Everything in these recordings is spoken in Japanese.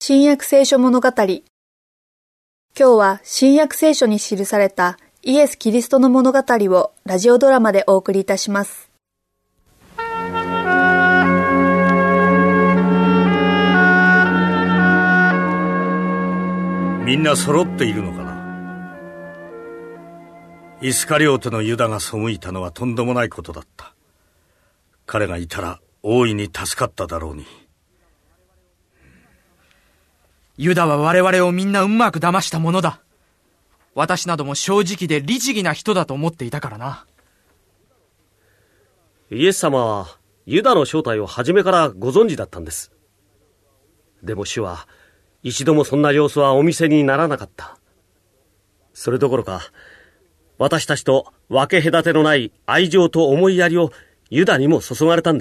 新約聖書物語。今日は新約聖書に記されたイエス・キリストの物語をラジオドラマでお送りいたします。 みんな揃っているのかな。イスカリオテのユダが背いたのはとんでもないことだった。彼がいたら大いに助かっただろうに。 ユダは我々をみんなうまく騙したものだ。私なども正直で律儀な人だと思っていたからな。 イエス様はユダの正体を初めからご存知だったんです。でも主は一度もそんな様子はお見せにならなかった。それどころか私たちと分け隔てのない愛情と思いやりをユダにも注がれたんです。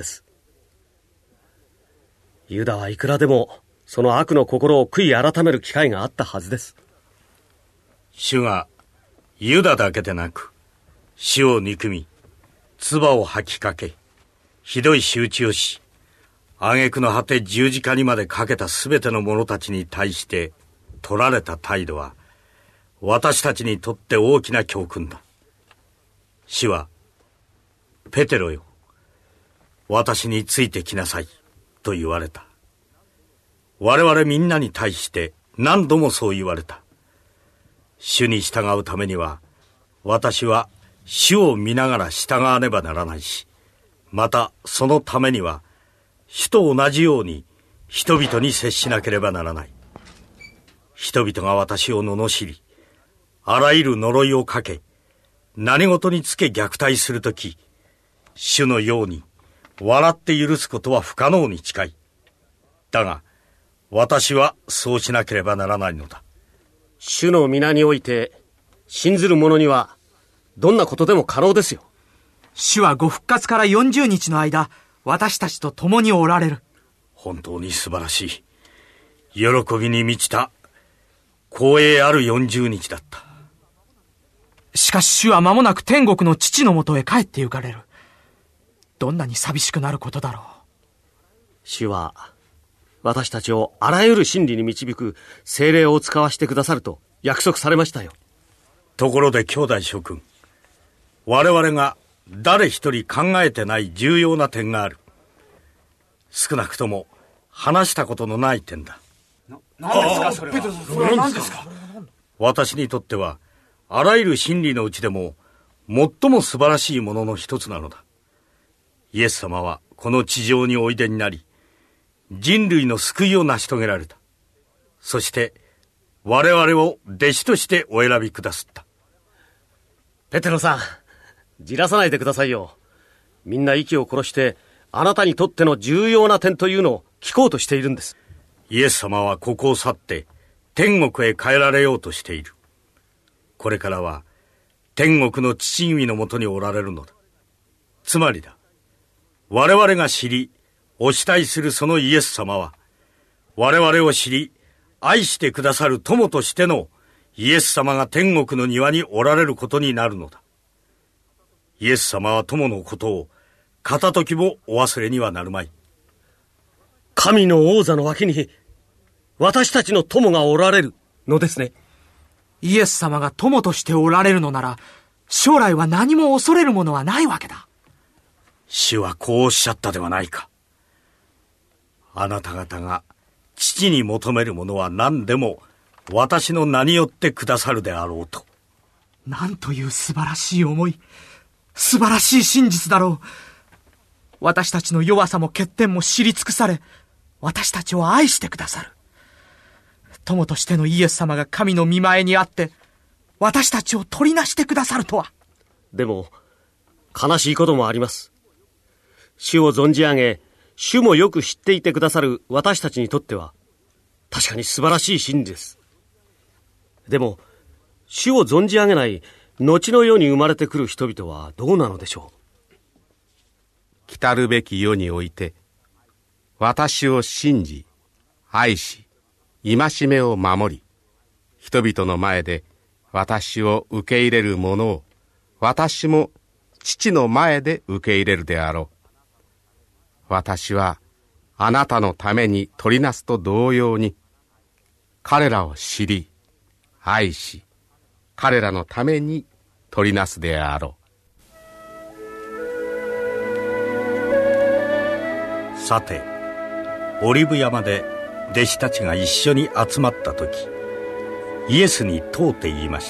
ユダはいくらでもその悪の心を悔い改める機会があったはずです。 主がユダだけでなく死を憎み、唾を吐きかけ、ひどい仕打ちをし、挙句の果て十字架にまでかけたすべての者たちに対して取られた態度は私たちにとって大きな教訓だ。主は、ペテロよ、私についてきなさいと言われた。我々みんなに対して何度もそう言われた。主に従うためには、私は主を見ながら従わねばならないし、またそのためには、主と同じように人々に接しなければならない。人々が私を罵り、あらゆる呪いをかけ、何事につけ虐待するとき、主のように笑って許すことは不可能に近い。だが、私はそうしなければならないのだ。 主の皆において信ずる者にはどんなことでも可能ですよ。 主はご復活から40日の間、私たちと共におられる。 本当に素晴らしい、喜びに満ちた光栄ある40日だった。 しかし主は間もなく天国の父のもとへ帰って行かれる。どんなに寂しくなることだろう。 主は私たちをあらゆる真理に導く聖霊を使わしてくださると約束されましたよ。 ところで兄弟諸君、我々が誰一人考えてない重要な点がある。少なくとも話したことのない点だ。 何ですかそれは。それは何ですか。 私にとってはあらゆる真理のうちでも最も素晴らしいものの一つなのだ。イエス様はこの地上においでになり、人類の救いを成し遂げられた。そして我々を弟子としてお選びくださった。 ペテロさん、じらさないでくださいよ。みんな息を殺してあなたにとっての重要な点というのを聞こうとしているんです。 イエス様はここを去って天国へ帰られようとしている。これからは天国の父君のもとにおられるのだ。つまりだ、我々が知りお慕いするそのイエス様は、我々を知り愛してくださる友としてのイエス様が天国の庭におられることになるのだ。イエス様は友のことを片時もお忘れにはなるまい。 神の王座の脇に私たちの友がおられるのですね。 イエス様が友としておられるのなら、将来は何も恐れるものはないわけだ。 主はこうおっしゃったではないか。あなた方が父に求めるものは何でも私の名によってくださるであろうと。 なんという素晴らしい思い、素晴らしい真実だろう。私たちの弱さも欠点も知り尽くされ、私たちを愛してくださる。友としてのイエス様が神の御前にあって私たちを取りなしてくださるとは。 でも悲しいこともあります。主を存じ上げ、主もよく知っていてくださる私たちにとっては確かに素晴らしい真理です。でも主を存じ上げない後の世に生まれてくる人々はどうなのでしょう。 来るべき世において私を信じ愛し戒めを守り、人々の前で私を受け入れる者を私も父の前で受け入れるであろう。私はあなたのために取りなすと同様に彼らを知り愛し、彼らのために取りなすであろう。さて、オリブ山で弟子たちが一緒に集まった時、イエスに問うて言いました。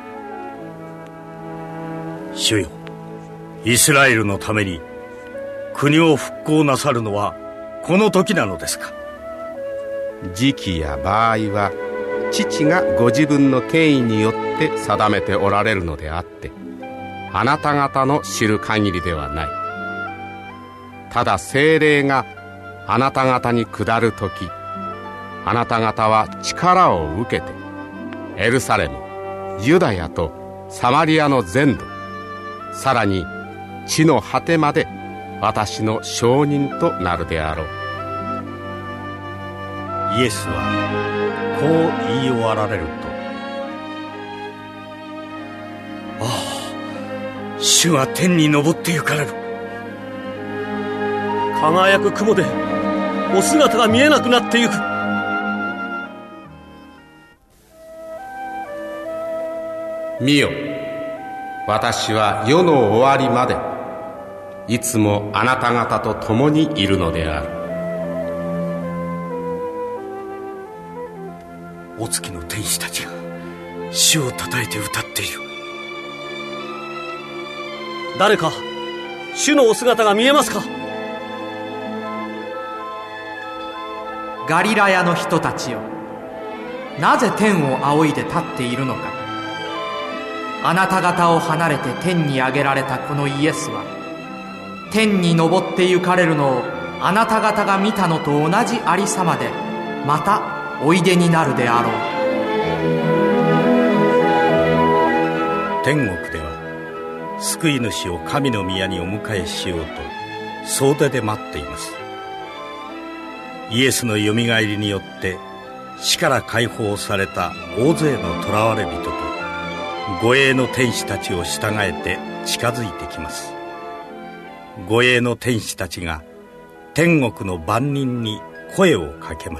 主よ、イスラエルのために国を復興なさるのはこの時なのですか。 時期や場合は父がご自分の権威によって定めておられるのであって、あなた方の知る限りではない。ただ聖霊があなた方に下るとき、あなた方は力を受けてエルサレム、ユダヤとサマリアの全土、さらに地の果てまで私の証人となるであろう。 イエスはこう言い終わられると、ああ、主が天に昇って行かれる。 輝く雲でお姿が見えなくなってゆく。 見よ、私は世の終わりまでいつもあなた方と共にいるのである。 お月の天使たちが主をたたえて歌っている。 誰か主のお姿が見えますか。 ガリラヤの人たちよ、なぜ天を仰いで立っているのか。あなた方を離れて天に上げられたこのイエスは、天に昇って行かれるのをあなた方が見たのと同じありさまでまたおいでになるであろう。 天国では救い主を神の宮にお迎えしようと総出で待っています。イエスのよみがえりによって死から解放された大勢の囚われ人と護衛の天使たちを従えて近づいてきます。護衛の天使たちが天国の万人に声をかけます。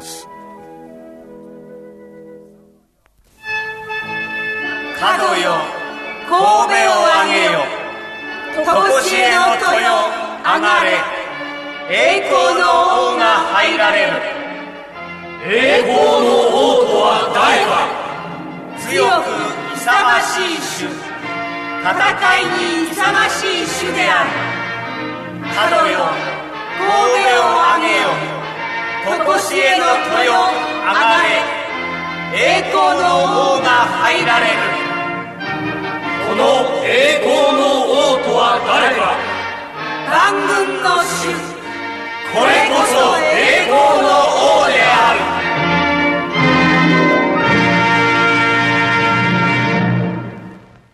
角よ、神戸を上げよ、常しえの豊上がれ、栄光の王が入られる。 栄光の王とは誰か。 強く勇ましい主、戦いに勇ましい主である。角よ、神戸を上げよ、常しえの豊上がれ、栄光の王が入られる。 この栄光の王とは誰か。 万軍の主、これこそ栄光の